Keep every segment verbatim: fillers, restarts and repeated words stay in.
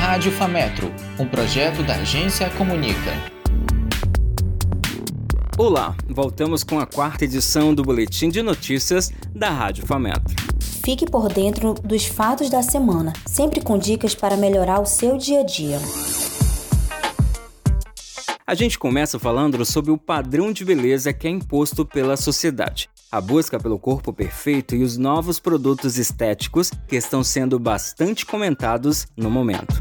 Rádio Fametro, um projeto da Agência Comunica. Olá, voltamos com a quarta edição do Boletim de Notícias da Rádio Fametro. Fique por dentro dos fatos da semana, sempre com dicas para melhorar o seu dia a dia. A gente começa falando sobre o padrão de beleza que é imposto pela sociedade. A busca pelo corpo perfeito e os novos produtos estéticos que estão sendo bastante comentados no momento.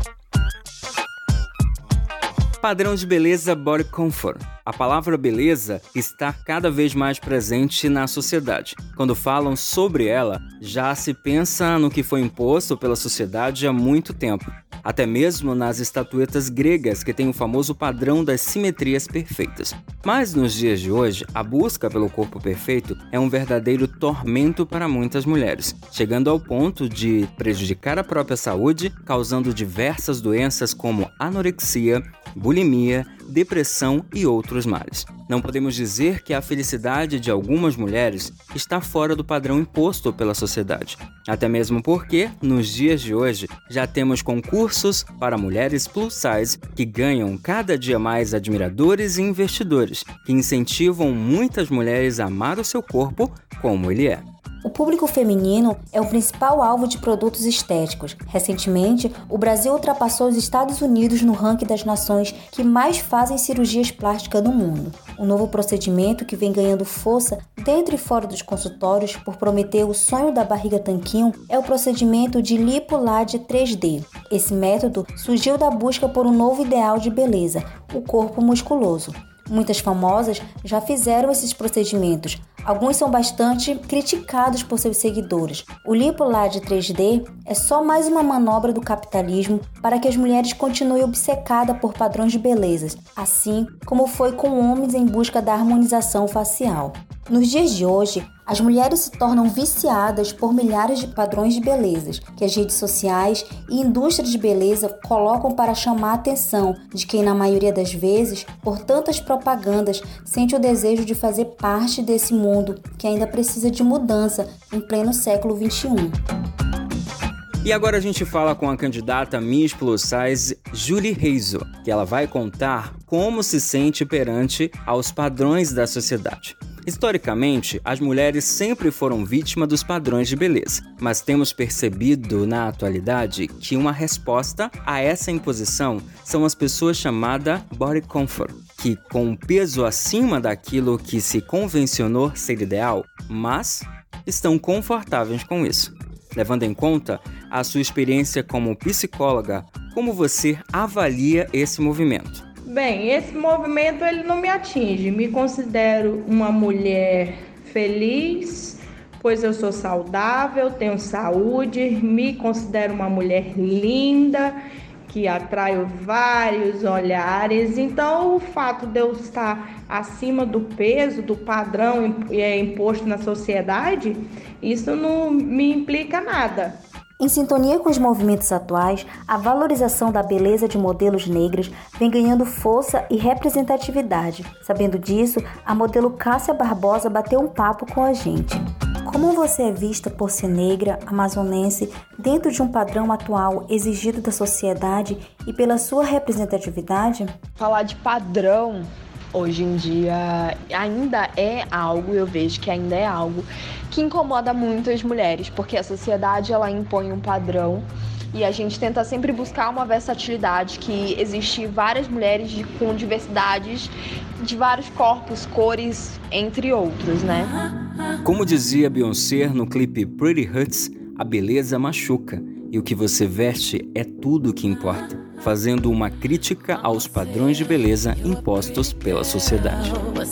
Padrão de beleza body comfort. A palavra beleza está cada vez mais presente na sociedade. Quando falam sobre ela, já se pensa no que foi imposto pela sociedade há muito tempo. Até mesmo nas estatuetas gregas, que têm o famoso padrão das simetrias perfeitas. Mas nos dias de hoje, a busca pelo corpo perfeito é um verdadeiro tormento para muitas mulheres, chegando ao ponto de prejudicar a própria saúde, causando diversas doenças como anorexia, bulimia, depressão e outros males. Não podemos dizer que a felicidade de algumas mulheres está fora do padrão imposto pela sociedade. Até mesmo porque, nos dias de hoje, já temos concursos para mulheres plus size que ganham cada dia mais admiradores e investidores, que incentivam muitas mulheres a amar o seu corpo como ele é. O público feminino é o principal alvo de produtos estéticos. Recentemente, o Brasil ultrapassou os Estados Unidos no ranking das nações que mais fazem cirurgias plásticas no mundo. O novo procedimento, que vem ganhando força dentro e fora dos consultórios por prometer o sonho da barriga tanquinho, é o procedimento de Lipolad três D. Esse método surgiu da busca por um novo ideal de beleza, o corpo musculoso. Muitas famosas já fizeram esses procedimentos. Alguns são bastante criticados por seus seguidores. O Lipolad três D é só mais uma manobra do capitalismo para que as mulheres continuem obcecadas por padrões de beleza, assim como foi com homens em busca da harmonização facial. Nos dias de hoje, as mulheres se tornam viciadas por milhares de padrões de belezas que as redes sociais e indústrias de beleza colocam para chamar a atenção de quem, na maioria das vezes, por tantas propagandas, sente o desejo de fazer parte desse mundo que ainda precisa de mudança em pleno século vinte e um. E agora a gente fala com a candidata Miss Plus Size, Julie Reiso, que ela vai contar como se sente perante aos padrões da sociedade. Historicamente, as mulheres sempre foram vítimas dos padrões de beleza, mas temos percebido na atualidade que uma resposta a essa imposição são as pessoas chamadas body comfort, que com um peso acima daquilo que se convencionou ser ideal, mas estão confortáveis com isso. Levando em conta a sua experiência como psicóloga, como você avalia esse movimento? Bem, esse movimento ele não me atinge. Me considero uma mulher feliz, pois eu sou saudável, tenho saúde, me considero uma mulher linda, que atrai vários olhares. Então, o fato de eu estar acima do peso, do padrão imposto na sociedade, isso não me implica nada. Em sintonia com os movimentos atuais, a valorização da beleza de modelos negras vem ganhando força e representatividade. Sabendo disso, a modelo Cássia Barbosa bateu um papo com a gente. Como você é vista por ser negra, amazonense, dentro de um padrão atual exigido da sociedade e pela sua representatividade? Falar de padrão hoje em dia ainda é algo, eu vejo que ainda é algo que incomoda muito as mulheres, porque a sociedade ela impõe um padrão e a gente tenta sempre buscar uma versatilidade, que existe várias mulheres de, com diversidades de vários corpos, cores, entre outros, né? Como dizia Beyoncé no clipe Pretty Hurts, a beleza machuca e o que você veste é tudo o que importa, fazendo uma crítica aos padrões de beleza impostos pela sociedade.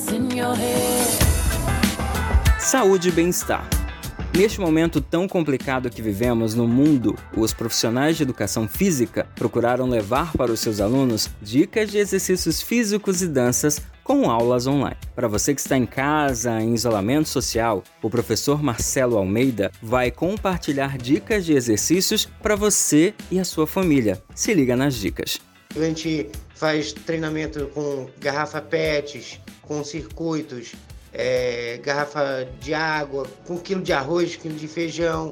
Saúde e bem-estar. Neste momento tão complicado que vivemos no mundo, os profissionais de educação física procuraram levar para os seus alunos dicas de exercícios físicos e danças com aulas online. Para você que está em casa, em isolamento social, o professor Marcelo Almeida vai compartilhar dicas de exercícios para você e a sua família. Se liga nas dicas. A gente faz treinamento com garrafa PETs, com circuitos, É, garrafa de água, com quilo de arroz, quilo de feijão,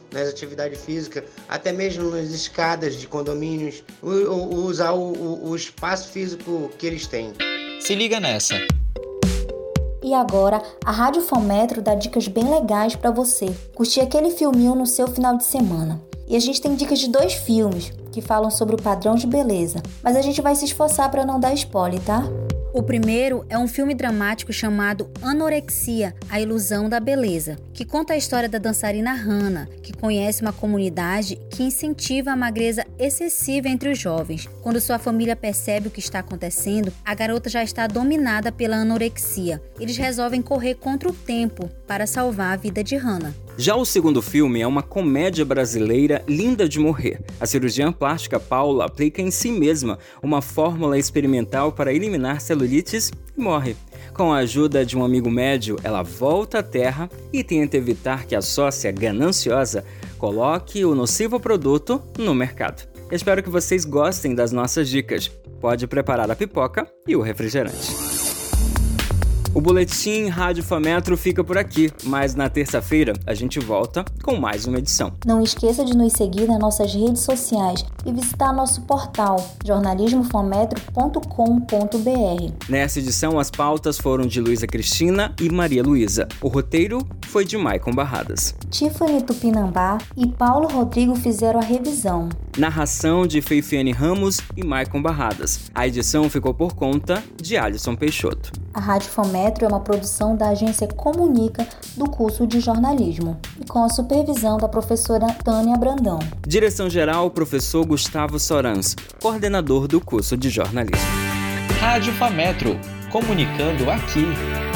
nas atividades físicas, até mesmo nas escadas de condomínios, o, o, usar o, o, o espaço físico que eles têm. Se liga nessa! E agora, a Rádio Fometro dá dicas bem legais para você curtir aquele filminho no seu final de semana. E a gente tem dicas de dois filmes que falam sobre o padrão de beleza, mas a gente vai se esforçar para não dar spoiler, tá? O primeiro é um filme dramático chamado Anorexia, a Ilusão da Beleza, que conta a história da dançarina Hannah, que conhece uma comunidade que incentiva a magreza excessiva entre os jovens. Quando sua família percebe o que está acontecendo, a garota já está dominada pela anorexia. Eles resolvem correr contra o tempo para salvar a vida de Hannah. Já o segundo filme é uma comédia brasileira linda de morrer. A cirurgiã plástica Paula aplica em si mesma uma fórmula experimental para eliminar celulites e morre. Com a ajuda de um amigo médio, ela volta à Terra e tenta evitar que a sócia gananciosa coloque o nocivo produto no mercado. Espero que vocês gostem das nossas dicas. Pode preparar a pipoca e o refrigerante. O Boletim Rádio Fometro fica por aqui, mas na terça-feira a gente volta com mais uma edição. Não esqueça de nos seguir nas nossas redes sociais e visitar nosso portal jornalismo fometro ponto com ponto b r. Nessa edição, as pautas foram de Luísa Cristina e Maria Luísa. O roteiro foi de Maicon Barradas. Tiffany Tupinambá e Paulo Rodrigo fizeram a revisão. Narração de Feifiane Ramos e Maicon Barradas. A edição ficou por conta de Alisson Peixoto. A Rádio Fometro é uma produção da agência Comunica do curso de jornalismo e com a supervisão da professora Tânia Brandão. Direção-geral, professor Gustavo Sorans, coordenador do curso de jornalismo. Rádio Fometro, comunicando aqui.